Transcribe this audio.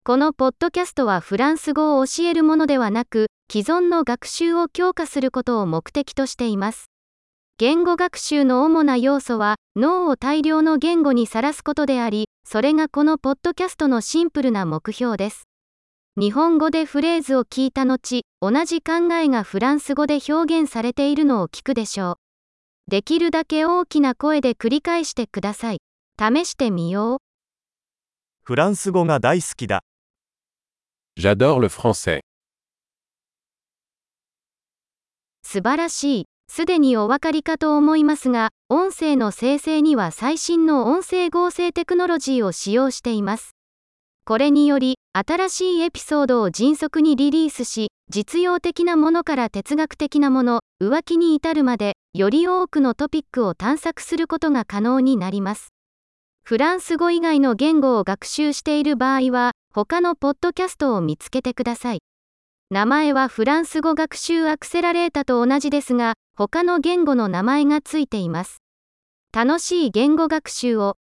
このポッドキャストはフランス語を教えるものではなく、既存の学習を強化することを目的としています。言語学習の主な要素は、脳を大量の言語にさらすことであり、それがこのポッドキャストのシンプルな目標です。日本語でフレーズを聞いた後、同じ考えがフランス語で表現されているのを聞くでしょう。できるだけ大きな声で繰り返してください。試してみよう。 フランス語が大好きだ。 J'adore le français. 素晴らしい。すでにお分かりかと思いますが、音声の生成には最新の音声合成テクノロジーを使用しています。これにより、新しいエピソードを迅速にリリースし、実用的なものから哲学的なもの、浮気に至るまで、より多くのトピックを探索することが可能になります。フランス語以外の言語を学習している場合は、他のポッドキャストを見つけてください。名前はフランス語学習アクセラレータと同じですが、他の言語の名前がついています。楽しい言語学習を。